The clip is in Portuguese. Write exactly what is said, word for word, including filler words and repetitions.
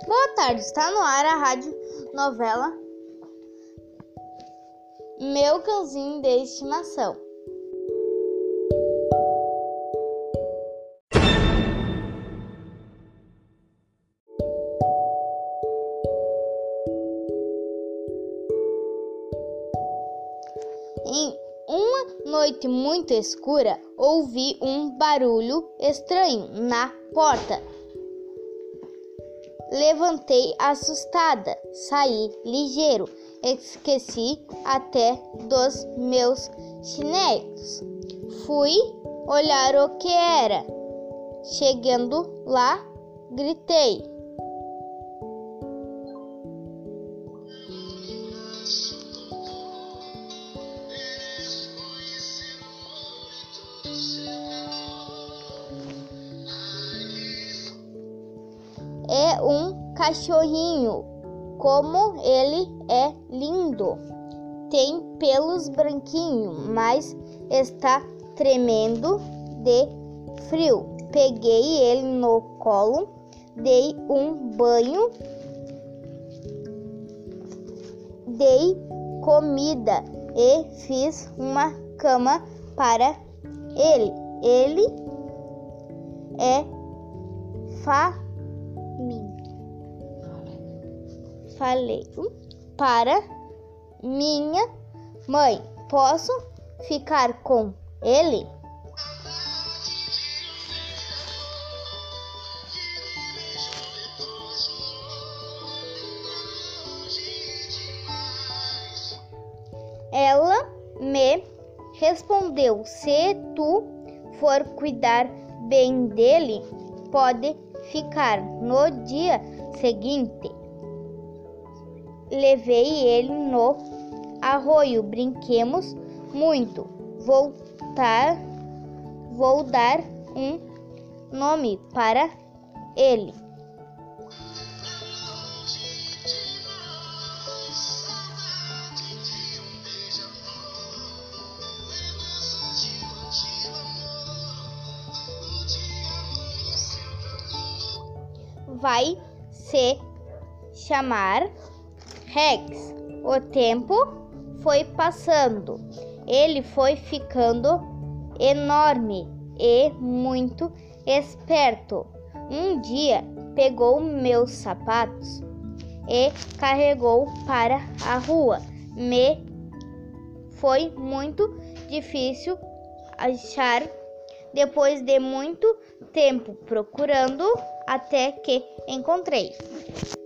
Boa tarde, está no ar a rádio novela Meu Cãozinho de Estimação. Em uma noite muito escura, ouvi um barulho estranho na porta. Levantei assustada, saí ligeiro, esqueci até dos meus chinelos. Fui olhar o que era. Chegando lá, gritei: é um cachorrinho, como ele é lindo. Tem pelos branquinhos, mas está tremendo de frio. Peguei ele no colo, dei um banho, dei comida e fiz uma cama para ele. Ele é fa Falei para minha mãe: posso ficar com ele? Ela me respondeu: se tu for cuidar bem dele, pode ficar. No dia seguinte, levei ele no arroio, brinquemos muito. Voltar, vou dar um nome para ele. Vai se chamar Rex. O tempo foi passando. Ele foi ficando enorme e muito esperto. Um dia pegou meus sapatos e carregou para a rua. Me foi muito difícil achar. Depois de muito tempo procurando, até que encontrei.